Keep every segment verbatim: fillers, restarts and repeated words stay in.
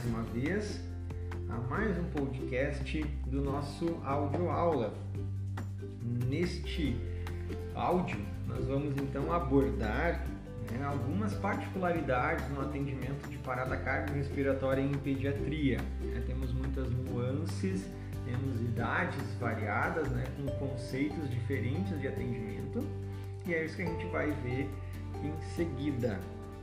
mais uma vez a mais um podcast do nosso áudio aula. Neste áudio nós vamos então abordar né, algumas particularidades no atendimento de parada cardiorrespiratória em pediatria. Né? Temos muitas nuances, temos idades variadas, né, com conceitos diferentes de atendimento, e é isso que a gente vai ver em seguida.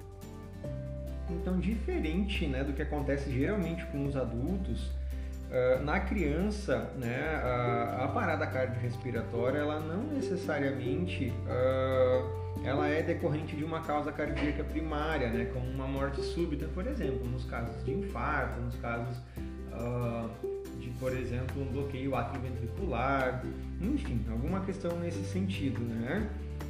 Então, diferente né, do que acontece geralmente com os adultos, uh, na criança, né, a, a parada cardiorrespiratória ela não necessariamente uh, ela é decorrente de uma causa cardíaca primária, né, como uma morte súbita, por exemplo, nos casos de infarto, nos casos uh, de, por exemplo, um bloqueio atrioventricular, enfim, alguma questão nesse sentido, né?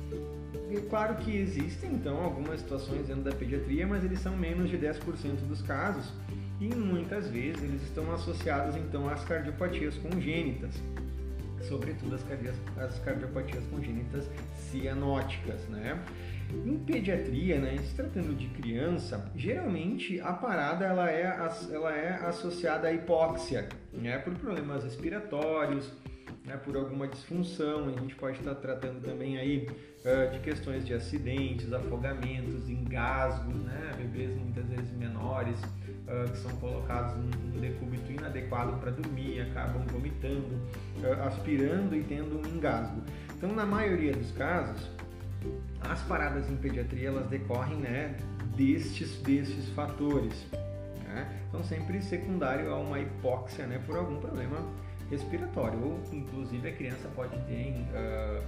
É claro que existem, então, algumas situações dentro da pediatria, mas eles são menos de dez por cento dos casos e muitas vezes eles estão associados, então, às cardiopatias congênitas, sobretudo as, cardi- as cardiopatias congênitas cianóticas, né? Em pediatria, né, se tratando de criança, geralmente a parada ela é, ela é associada à hipóxia, né, por problemas respiratórios, né, por alguma disfunção. A gente pode estar tratando também aí uh, de questões de acidentes, afogamentos, engasgos, né, bebês muitas vezes menores uh, que são colocados num decúbito inadequado para dormir, acabam vomitando, uh, aspirando e tendo um engasgo. Então, na maioria dos casos, as paradas em pediatria elas decorrem né, destes, destes fatores. Né? Então, sempre secundário a uma hipóxia né, por algum problema respiratório, ou inclusive a criança pode ter uh,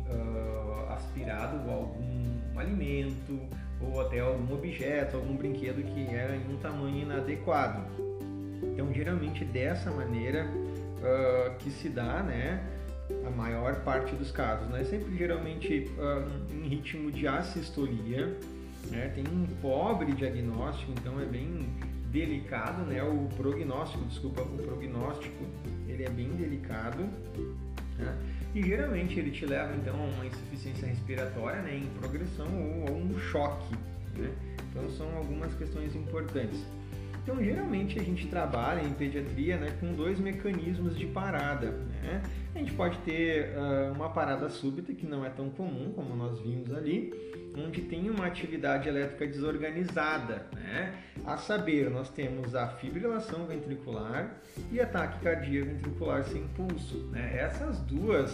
uh, aspirado algum alimento ou até algum objeto, algum brinquedo que era em um tamanho inadequado. Então, geralmente dessa maneira uh, que se dá, né, a maior parte dos casos, né, sempre geralmente uh, em ritmo de assistolia, né, tem um pobre diagnóstico, então é bem delicado, né, o prognóstico, desculpa, o prognóstico ele é bem delicado, né? E geralmente ele te leva então a uma insuficiência respiratória, né, em progressão ou a um choque, né? Então são algumas questões importantes. Então geralmente a gente trabalha em pediatria né, com dois mecanismos de parada, né? A gente pode ter uh, uma parada súbita que não é tão comum como nós vimos ali, onde tem uma atividade elétrica desorganizada, né? A saber, nós temos a fibrilação ventricular e ataque cardíaco ventricular sem pulso, né? Essas duas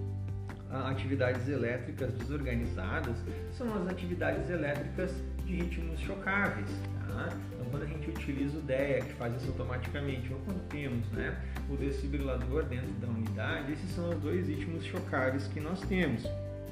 uh, atividades elétricas desorganizadas são as atividades elétricas de ritmos chocáveis, tá? Então, quando a gente utiliza o D E A, que faz isso automaticamente, ou quando temos né, o desfibrilador dentro da unidade, esses são os dois ritmos chocáveis que nós temos.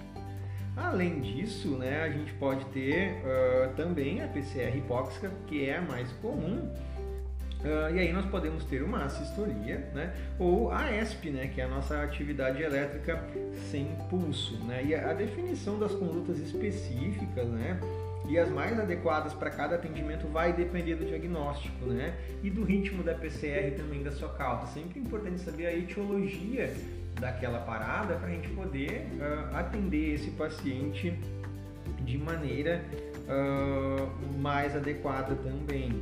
Além disso, né, a gente pode ter uh, também a P C R hipóxica, que é a mais comum, uh, e aí nós podemos ter uma assistolia, né, ou a E S P, né, que é a nossa atividade elétrica sem pulso. Né, e a definição das condutas específicas, né, e as mais adequadas para cada atendimento vai depender do diagnóstico, né, e do ritmo da P C R também da sua causa. Sempre é importante saber a etiologia daquela parada para a gente poder uh, atender esse paciente de maneira uh, mais adequada também.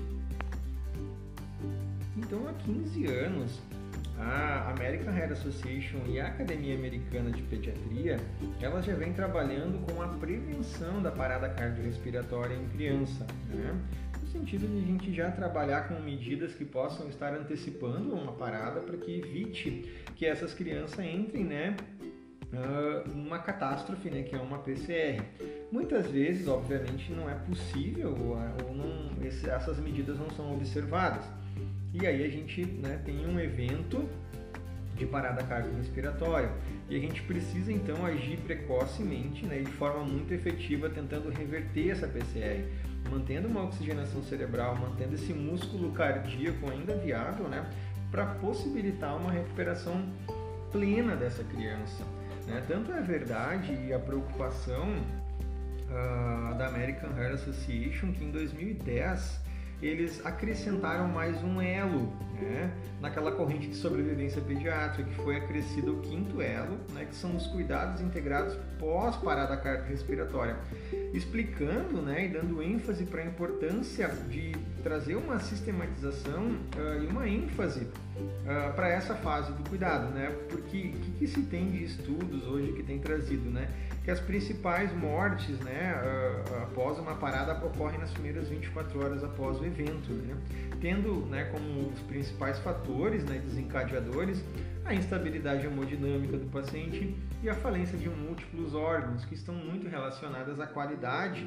Então, há quinze anos, a American Heart Association e a Academia Americana de Pediatria, elas já vêm trabalhando com a prevenção da parada cardiorrespiratória em criança, né? No sentido de a gente já trabalhar com medidas que possam estar antecipando uma parada para que evite que essas crianças entrem, né, numa catástrofe, né, que é uma P C R. Muitas vezes, obviamente, não é possível ou não, essas medidas não são observadas. E aí a gente né, tem um evento de parada cardiorrespiratória e a gente precisa então agir precocemente né, de forma muito efetiva tentando reverter essa P C R, mantendo uma oxigenação cerebral, mantendo esse músculo cardíaco ainda viável, né, para possibilitar uma recuperação plena dessa criança. Né? Tanto é verdade e a preocupação uh, da American Heart Association que em dois mil e dez eles acrescentaram mais um elo, né, naquela corrente de sobrevivência pediátrica, que foi acrescido o quinto elo, né, que são os cuidados integrados pós-parada cardiorrespiratória, explicando, né, e dando ênfase para a importância de trazer uma sistematização uh, e uma ênfase uh, para essa fase do cuidado, né, porque o que, que se tem de estudos hoje que tem trazido, né, que as principais mortes, né, uh, após uma parada ocorrem nas primeiras vinte e quatro horas após o evento, né, tendo, né, como os principais fatores, né, desencadeadores a instabilidade hemodinâmica do paciente e a falência de múltiplos órgãos, que estão muito relacionadas à qualidade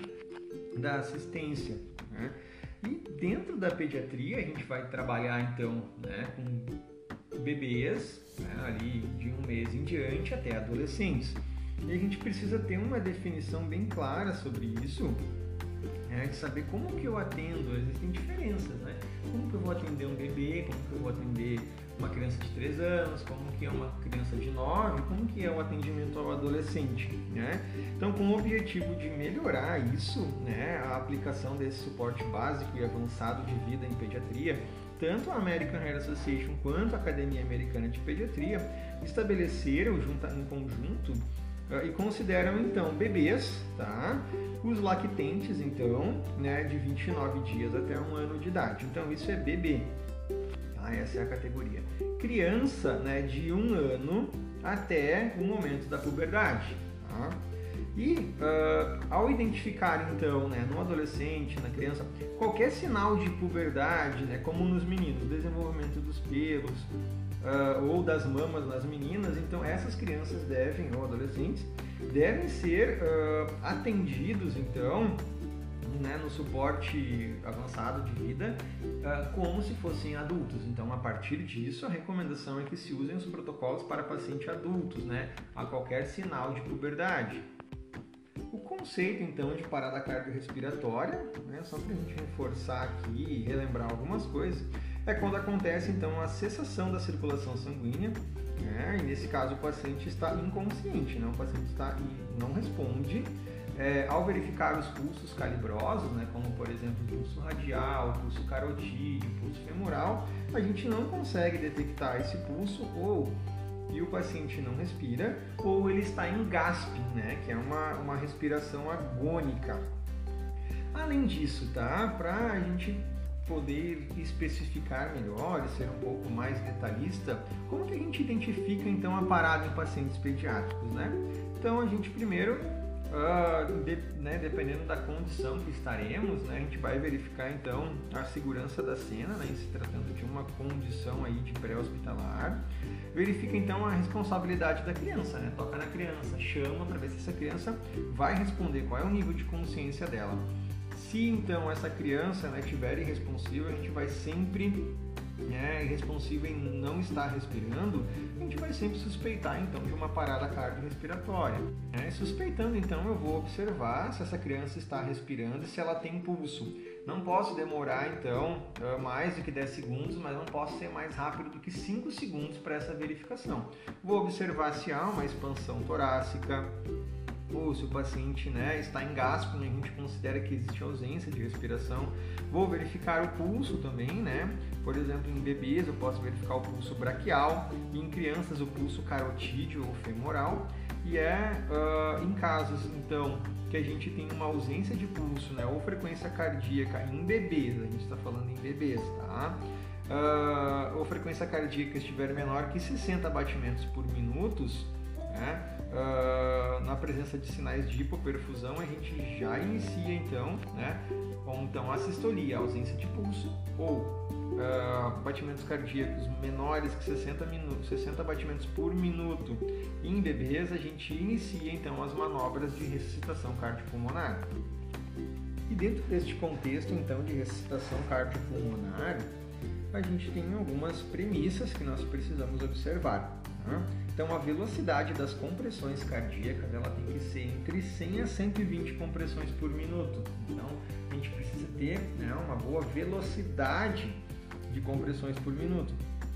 da assistência, né? E dentro da pediatria a gente vai trabalhar então, né, com bebês, né, ali de um mês em diante até adolescentes. E a gente precisa ter uma definição bem clara sobre isso, né, de saber como que eu atendo. Existem diferenças, né? Como que eu vou atender um bebê, como que eu vou atender uma criança de três anos, como que é uma criança de nove, como que é o atendimento ao adolescente, né? Então, com o objetivo de melhorar isso, né, a aplicação desse suporte básico e avançado de vida em pediatria, tanto a American Heart Association quanto a Academia Americana de Pediatria estabeleceram em conjunto e consideram então bebês, tá? Os lactentes, então, né, de vinte e nove dias até um ano de idade. Então, isso é bebê. Tá? Essa é a categoria. Criança, né, de um ano até o momento da puberdade. Tá? E uh, ao identificar, então, né, no adolescente, na criança, qualquer sinal de puberdade, né, como nos meninos, desenvolvimento dos pelos, Uh, ou das mamas nas meninas, então essas crianças devem, ou adolescentes, devem ser uh, atendidos, então, né, no suporte avançado de vida, uh, como se fossem adultos. Então, a partir disso, a recomendação é que se usem os protocolos para pacientes adultos, né, a qualquer sinal de puberdade. O conceito, então, de parada cardiorrespiratória, né, só para a gente reforçar aqui e relembrar algumas coisas, é quando acontece, então, a cessação da circulação sanguínea, né? E nesse caso o paciente está inconsciente, né? O paciente está e não responde. É, ao verificar os pulsos calibrosos, né? Como, por exemplo, o pulso radial, o pulso carotídeo, o pulso femoral, a gente não consegue detectar esse pulso ou e o paciente não respira, ou ele está em gasping, né? Que é uma, uma respiração agônica. Além disso, tá? Para a gente poder especificar melhor e ser um pouco mais detalhista, como que a gente identifica então a parada em pacientes pediátricos, né? Então a gente primeiro, uh, de, né, dependendo da condição que estaremos, né, a gente vai verificar então a segurança da cena, né, se tratando de uma condição aí de pré-hospitalar. Verifica então a responsabilidade da criança, né? Toca na criança, chama para ver se essa criança vai responder, qual é o nível de consciência dela. Se então essa criança, né, estiver irresponsiva, a gente vai sempre, né, irresponsiva em não estar respirando, a gente vai sempre suspeitar então de uma parada cardiorrespiratória. Né? Suspeitando então, eu vou observar se essa criança está respirando e se ela tem pulso. Não posso demorar então mais do que dez segundos, mas não posso ser mais rápido do que cinco segundos para essa verificação. Vou observar se há uma expansão torácica, ou se o paciente, né, está em gasping, a gente considera que existe ausência de respiração. Vou verificar o pulso também, né? Por exemplo, em bebês eu posso verificar o pulso braquial, e em crianças o pulso carotídeo ou femoral. E é uh, em casos, então, que a gente tem uma ausência de pulso, né, ou frequência cardíaca em bebês, a gente está falando em bebês, tá? Uh, ou frequência cardíaca estiver menor que sessenta batimentos por minuto, né? Uh, na presença de sinais de hipoperfusão, a gente já inicia então, né, com então a sistolia, a ausência de pulso, ou uh, batimentos cardíacos menores que sessenta, minutos, sessenta batimentos por minuto. Em bebês, a gente inicia então as manobras de ressuscitação cardiopulmonar. E dentro deste contexto então de ressuscitação cardiopulmonar, a gente tem algumas premissas que nós precisamos observar. Então, a velocidade das compressões cardíacas, ela tem que ser entre cem a cento e vinte compressões por minuto. Então, a gente precisa ter, né, uma boa velocidade de compressões por minuto.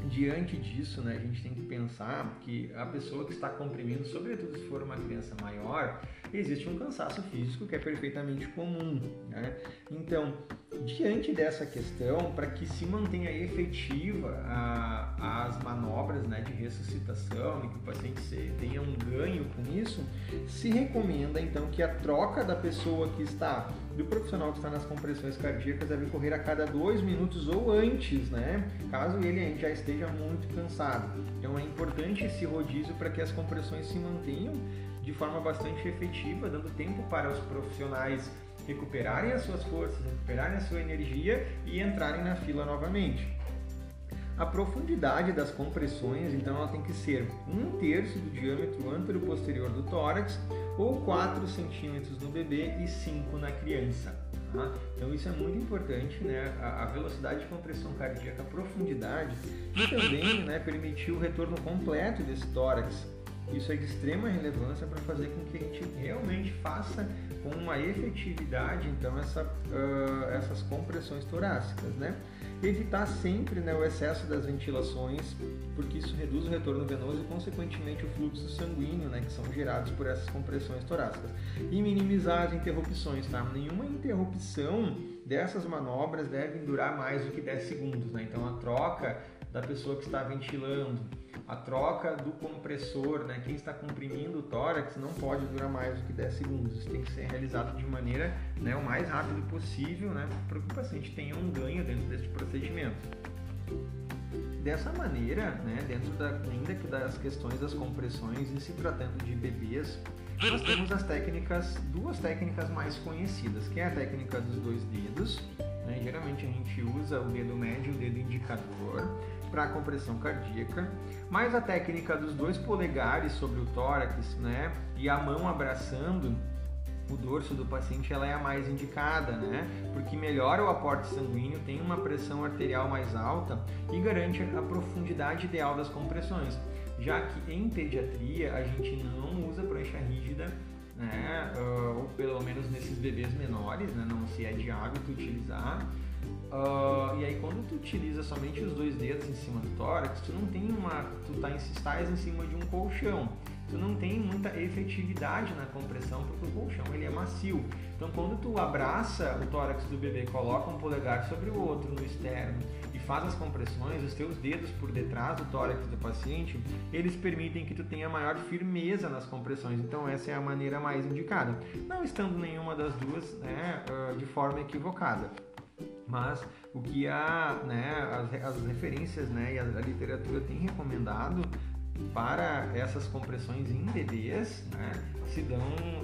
diante disso, né, a gente tem que pensar que a pessoa que está comprimindo, sobretudo se for uma criança maior, existe um cansaço físico que é perfeitamente comum, né? Então, diante dessa questão, para que se mantenha efetiva a, as manobras, né, de ressuscitação e que o paciente se, tenha um ganho com isso, se recomenda então que a troca da pessoa que está, do profissional que está nas compressões cardíacas, deve ocorrer a cada dois minutos ou antes, né? Caso ele já esteja muito cansado. Então é importante esse rodízio para que as compressões se mantenham de forma bastante efetiva, dando tempo para os profissionais recuperarem as suas forças, recuperarem a sua energia e entrarem na fila novamente. A profundidade das compressões, então, ela tem que ser um terço do diâmetro antero-posterior do tórax ou quatro centímetros no bebê e cinco na criança. Tá? Então isso é muito importante, né? A, a velocidade de compressão cardíaca, a profundidade, e também, né, permitir o retorno completo desse tórax. Isso é de extrema relevância para fazer com que a gente realmente faça com uma efetividade, então, essa, uh, essas compressões torácicas, né? Evitar sempre, né, o excesso das ventilações, porque isso reduz o retorno venoso e, consequentemente, o fluxo sanguíneo, né, que são gerados por essas compressões torácicas. E minimizar as interrupções, tá? Nenhuma interrupção dessas manobras deve durar mais do que dez segundos, né? Então, a troca da pessoa que está ventilando, a troca do compressor, né, quem está comprimindo o tórax, não pode durar mais do que dez segundos. Isso tem que ser realizado de maneira, né, o mais rápido possível, né, para que o paciente tenha um ganho dentro desse procedimento. Dessa maneira, né, dentro da, ainda que das questões das compressões, em se tratando de bebês, nós temos as técnicas, duas técnicas mais conhecidas, que é a técnica dos dois dedos, né, geralmente a gente usa o dedo médio e o dedo indicador para a compressão cardíaca, mas a técnica dos dois polegares sobre o tórax, né, e a mão abraçando o dorso do paciente, ela é a mais indicada, né, porque melhora o aporte sanguíneo, tem uma pressão arterial mais alta e garante a profundidade ideal das compressões, já que em pediatria a gente não usa prancha rígida, né, ou pelo menos nesses bebês menores, né, não se é de hábito utilizar. Uh, e aí quando tu utiliza somente os dois dedos em cima do tórax, tu não tem uma, tu tá, estás em cima de um colchão, tu não tem muita efetividade na compressão porque o colchão ele é macio. Então quando tu abraça o tórax do bebê, coloca um polegar sobre o outro no externo e faz as compressões, os teus dedos por detrás do tórax do paciente, eles permitem que tu tenha maior firmeza nas compressões. Então essa é a maneira mais indicada, não estando nenhuma das duas, né, uh, de forma equivocada. Mas o que a, né, as, as referências, né, e a, a literatura tem recomendado para essas compressões em bebês, né, se dão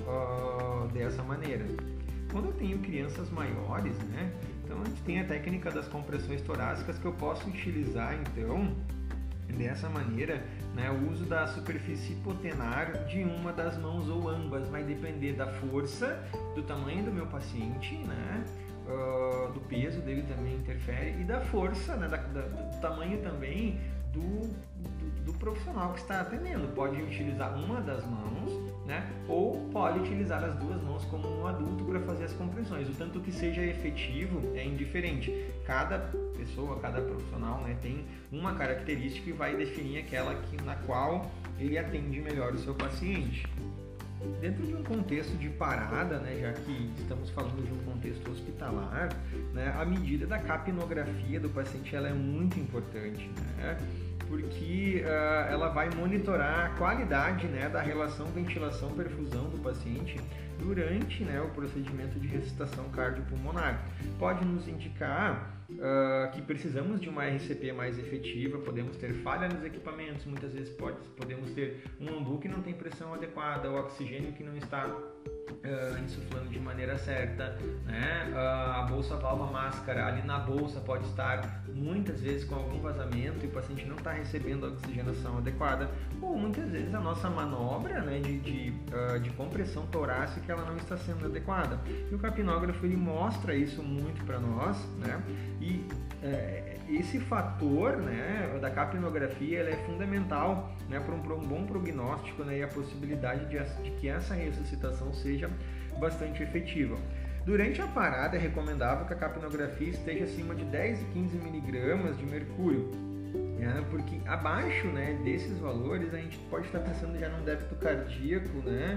uh, dessa maneira. Quando eu tenho crianças maiores, né, então a gente tem a técnica das compressões torácicas que eu posso utilizar então dessa maneira, né, o uso da superfície hipotenar de uma das mãos ou ambas, vai depender da força, do tamanho do meu paciente, né, Uh, do peso dele também interfere e da força, né, da, da, do tamanho também do, do, do profissional que está atendendo. Pode utilizar uma das mãos, né, ou pode utilizar as duas mãos como um adulto para fazer as compressões. O tanto que seja efetivo é indiferente. Cada pessoa, cada profissional, né, tem uma característica e vai definir aquela que, na qual ele atende melhor o seu paciente. Dentro de um contexto de parada, né, já que estamos falando de um contexto hospitalar, né, a medida da capnografia do paciente ela é muito importante, né, porque uh, ela vai monitorar a qualidade, né, da relação ventilação-perfusão do paciente durante, né, o procedimento de ressuscitação cardiopulmonar. Pode nos indicar uh, que precisamos de uma R C P mais efetiva, podemos ter falha nos equipamentos, muitas vezes pode, podemos ter um ambu que não tem pressão adequada, o oxigênio que não está uh, insuflando de maneira certa, né? Uh, a bolsa válvula máscara ali na bolsa pode estar muitas vezes com algum vazamento e o paciente não está recebendo a oxigenação adequada, ou muitas vezes a nossa manobra, né, de, de, uh, de compressão torácica ela não está sendo adequada. E o capnógrafo ele mostra isso muito para nós, né? E é, esse fator, né, da capnografia ele é fundamental, né, para um, para um bom prognóstico, né, e a possibilidade de, de que essa ressuscitação seja bastante efetiva. Durante a parada é recomendável que a capnografia esteja acima de dez e quinze miligramas de mercúrio. né? Porque abaixo, né, desses valores a gente pode estar pensando já num débito cardíaco, né?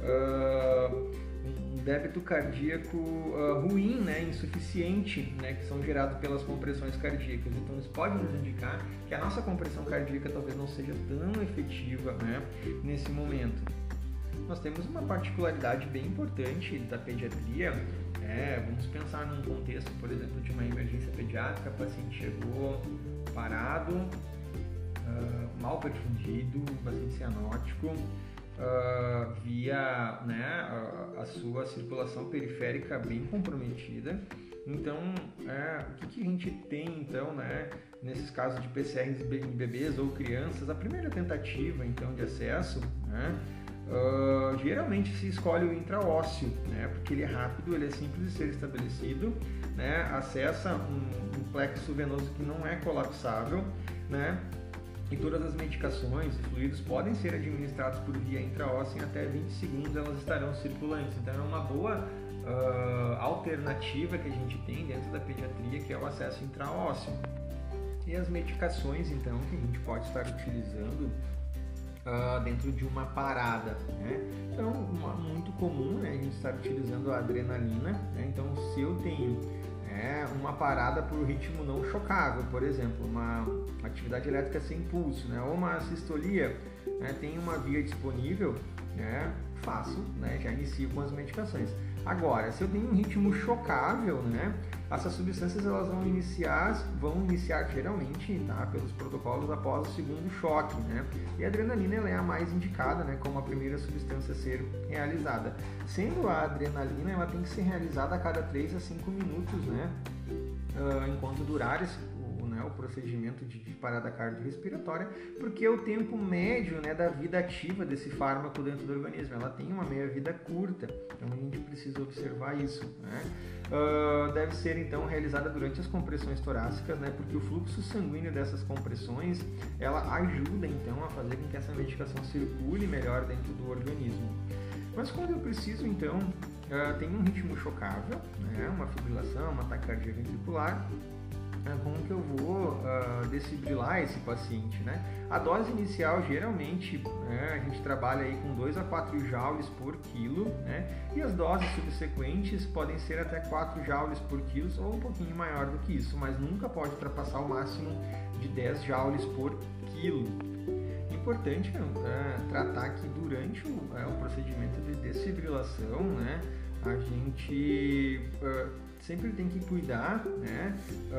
Uh, um débito cardíaco uh, ruim, né, insuficiente, né, que são gerados pelas compressões cardíacas. Então isso pode nos indicar que a nossa compressão cardíaca talvez não seja tão efetiva, né, nesse momento. Nós temos uma particularidade bem importante da pediatria. É, vamos pensar num contexto, por exemplo, de uma emergência pediátrica, o paciente chegou parado, uh, mal perfundido, paciente cianótico, uh, via, né, a, a sua circulação periférica bem comprometida. Então, é, o que, que a gente tem, então, né, nesses casos de P C Rs em bebês ou crianças? A primeira tentativa, então, de acesso, né, Uh, geralmente se escolhe o intraósseo, né, porque ele é rápido, ele é simples de ser estabelecido, né, acessa um, um plexo venoso que não é colapsável, né, e todas as medicações e fluidos podem ser administrados por via intraóssea em até vinte segundos, elas estarão circulantes. Então é uma boa uh, alternativa que a gente tem dentro da pediatria, que é o acesso intraósseo. E as medicações, então, que a gente pode estar utilizando Uh, dentro de uma parada, né? Então, uma, muito comum, né, a gente estar utilizando a adrenalina, né? Então, se eu tenho é, uma parada por ritmo não chocável, por exemplo, uma atividade elétrica sem pulso, né, ou uma sistolia, né, tem uma via disponível, né, faço, né, já inicio com as medicações. Agora, se eu tenho um ritmo chocável, né, essas substâncias elas vão iniciar, vão iniciar geralmente, tá, pelos protocolos após o segundo choque, né? E a adrenalina ela é a mais indicada, né, como a primeira substância a ser realizada. Sendo a adrenalina, ela tem que ser realizada a cada três a cinco minutos, né? Uh, enquanto durar esse o procedimento de, de parada cardiorrespiratória, porque é o tempo médio, né, da vida ativa desse fármaco dentro do organismo. Ela tem uma meia-vida curta, então a gente precisa observar isso, né? Uh, deve ser então realizada durante as compressões torácicas, né, porque o fluxo sanguíneo dessas compressões ela ajuda então a fazer com que essa medicação circule melhor dentro do organismo. Mas quando eu preciso então, uh, tem um ritmo chocável, né, uma fibrilação, uma taquicardia ventricular, como que eu vou uh, desfibrilar esse paciente, né? A dose inicial geralmente, né, a gente trabalha aí com dois a quatro joules por quilo, né? E as doses subsequentes podem ser até quatro joules por quilo ou um pouquinho maior do que isso, mas nunca pode ultrapassar o máximo de dez joules por quilo. Importante é, tratar que durante o, é, o procedimento de desfibrilação, né, a gente uh, sempre tem que cuidar, né,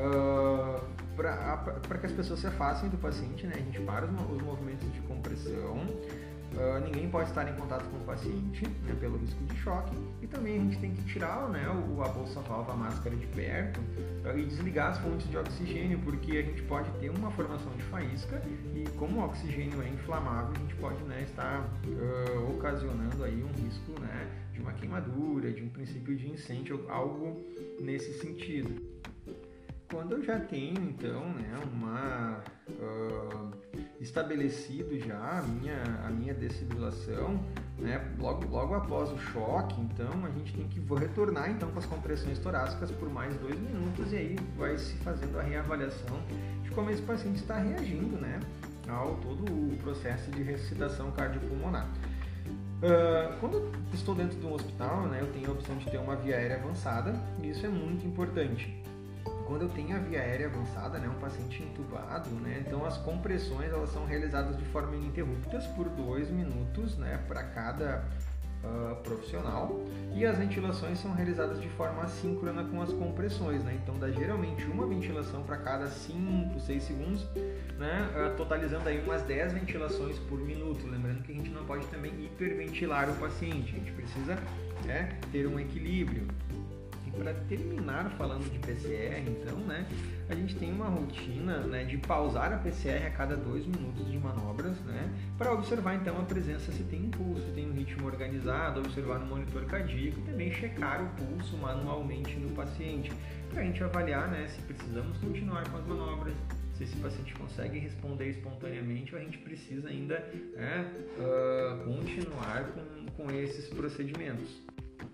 uh, para que as pessoas se afastem do paciente, né? A gente para os, os movimentos de compressão, uh, ninguém pode estar em contato com o paciente, né, pelo risco de choque, e também a gente tem que tirar, né, o, a bolsa-valva, a máscara de perto, uh, e desligar as fontes de oxigênio, porque a gente pode ter uma formação de faísca e como o oxigênio é inflamável, a gente pode, né, estar uh, ocasionando aí um risco, né, de uma queimadura, de um princípio de incêndio, algo nesse sentido. Quando eu já tenho, então, né, uma, uh, estabelecido já a minha, a minha desfibrilação, né, logo, logo após o choque, então, a gente tem que retornar, então, com as compressões torácicas por mais dois minutos e aí vai se fazendo a reavaliação de como esse paciente está reagindo, né, ao todo o processo de ressuscitação cardiopulmonar. Uh, quando eu estou dentro de um hospital, né, eu tenho a opção de ter uma via aérea avançada e isso é muito importante. Quando eu tenho a via aérea avançada, né, um paciente entubado, né, então as compressões elas são realizadas de forma ininterruptas por dois minutos, né, para cada uh, profissional, e as ventilações são realizadas de forma assíncrona com as compressões, né, então dá geralmente uma ventilação para cada cinco, seis segundos, né, uh, totalizando aí umas dez ventilações por minuto. Lembrando que a gente não pode também hiperventilar o paciente, a gente precisa, né, ter um equilíbrio. Para terminar falando de P C R, então, né, a gente tem uma rotina, né, de pausar a P C R a cada dois minutos de manobras, né, para observar então a presença, se tem um pulso, se tem um ritmo organizado, observar no monitor cardíaco e também checar o pulso manualmente no paciente, para a gente avaliar, né, se precisamos continuar com as manobras, se esse paciente consegue responder espontaneamente ou a gente precisa ainda, né, uh, continuar com, com esses procedimentos.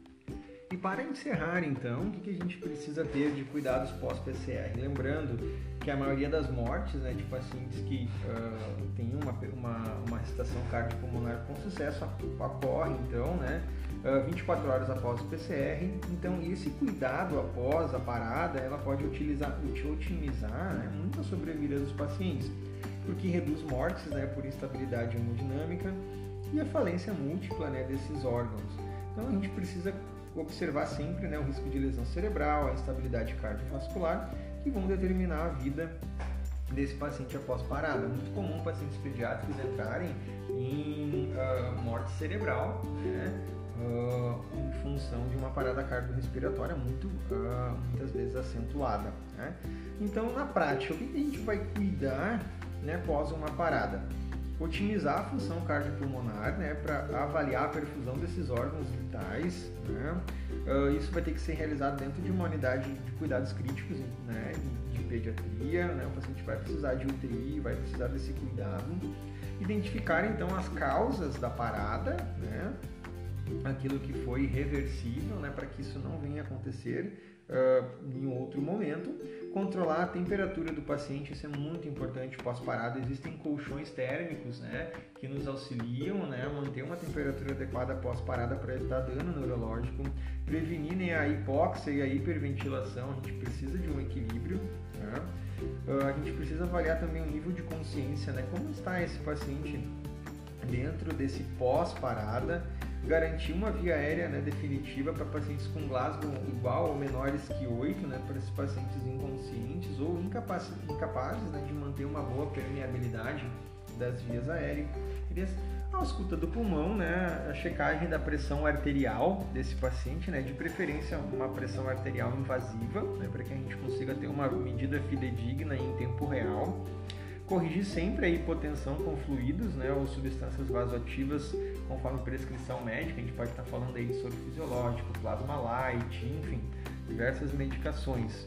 E para encerrar, então, o que a gente precisa ter de cuidados pós-P C R? Lembrando que a maioria das mortes, né, de pacientes que uh, têm uma, uma, uma ressuscitação cardiopulmonar com sucesso ocorre, então, né, uh, vinte e quatro horas após o P C R. Então, esse cuidado após a parada, ela pode utilizar, otimizar, né, muito a sobrevida dos pacientes, porque reduz mortes, né, por instabilidade hemodinâmica e a falência múltipla, né, desses órgãos. Então, a gente precisa observar sempre, né, o risco de lesão cerebral, a instabilidade cardiovascular, que vão determinar a vida desse paciente após parada. Muito comum pacientes pediátricos entrarem em uh, morte cerebral, né, uh, em função de uma parada cardiorrespiratória muito, uh, muitas vezes acentuada, né? Então, na prática, o que a gente vai cuidar, né, após uma parada? Otimizar a função cardiopulmonar, né, para avaliar a perfusão desses órgãos vitais, né? Uh, isso vai ter que ser realizado dentro de uma unidade de cuidados críticos, né, de pediatria, né? O paciente vai precisar de U T I, vai precisar desse cuidado. Identificar então as causas da parada, né, aquilo que foi irreversível, né, para que isso não venha a acontecer Uh, em outro momento. Controlar a temperatura do paciente, isso é muito importante pós-parada. Existem colchões térmicos, né, que nos auxiliam, né, a manter uma temperatura adequada pós-parada para evitar dano neurológico. Prevenir, né, a hipóxia e a hiperventilação, a gente precisa de um equilíbrio, né? Uh, a gente precisa avaliar também o nível de consciência, né, como está esse paciente dentro desse pós-parada. Garantir uma via aérea, né, definitiva para pacientes com Glasgow igual ou menores que oito, né, para esses pacientes inconscientes ou incapazes, incapazes né, de manter uma boa permeabilidade das vias aéreas. A ausculta do pulmão, né, a checagem da pressão arterial desse paciente, né, de preferência uma pressão arterial invasiva, né, para que a gente consiga ter uma medida fidedigna em tempo real. Corrigir sempre a hipotensão com fluidos, né, ou substâncias vasoativas conforme prescrição médica. A gente pode estar falando aí de soro fisiológico, plasma light, enfim, diversas medicações.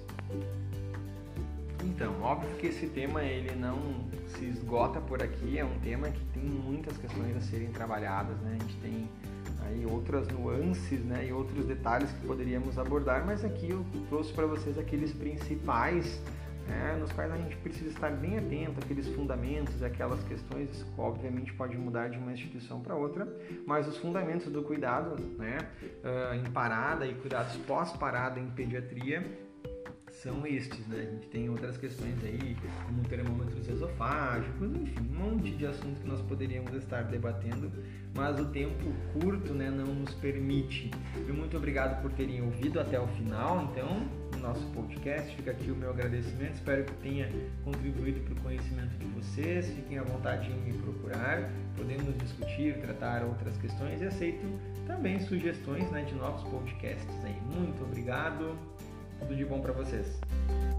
Então, óbvio que esse tema ele não se esgota por aqui, é um tema que tem muitas questões a serem trabalhadas, né? A gente tem aí outras nuances, né, e outros detalhes que poderíamos abordar, mas aqui eu trouxe para vocês aqueles principais, É, nos quais a gente precisa estar bem atento àqueles fundamentos, aquelas questões. Isso obviamente pode mudar de uma instituição para outra, mas os fundamentos do cuidado, né, uh, em parada e cuidados pós-parada em pediatria são estes, né? A gente tem outras questões aí, como termômetros esofágicos, enfim, um monte de assuntos que nós poderíamos estar debatendo, mas o tempo curto, né, não nos permite. E muito obrigado por terem ouvido até o final, então, no nosso podcast. Fica aqui o meu agradecimento, espero que tenha contribuído para o conhecimento de vocês. Fiquem à vontade em me procurar, podemos discutir, tratar outras questões e aceito também sugestões, né, de novos podcasts aí. Muito obrigado. Tudo de bom para vocês.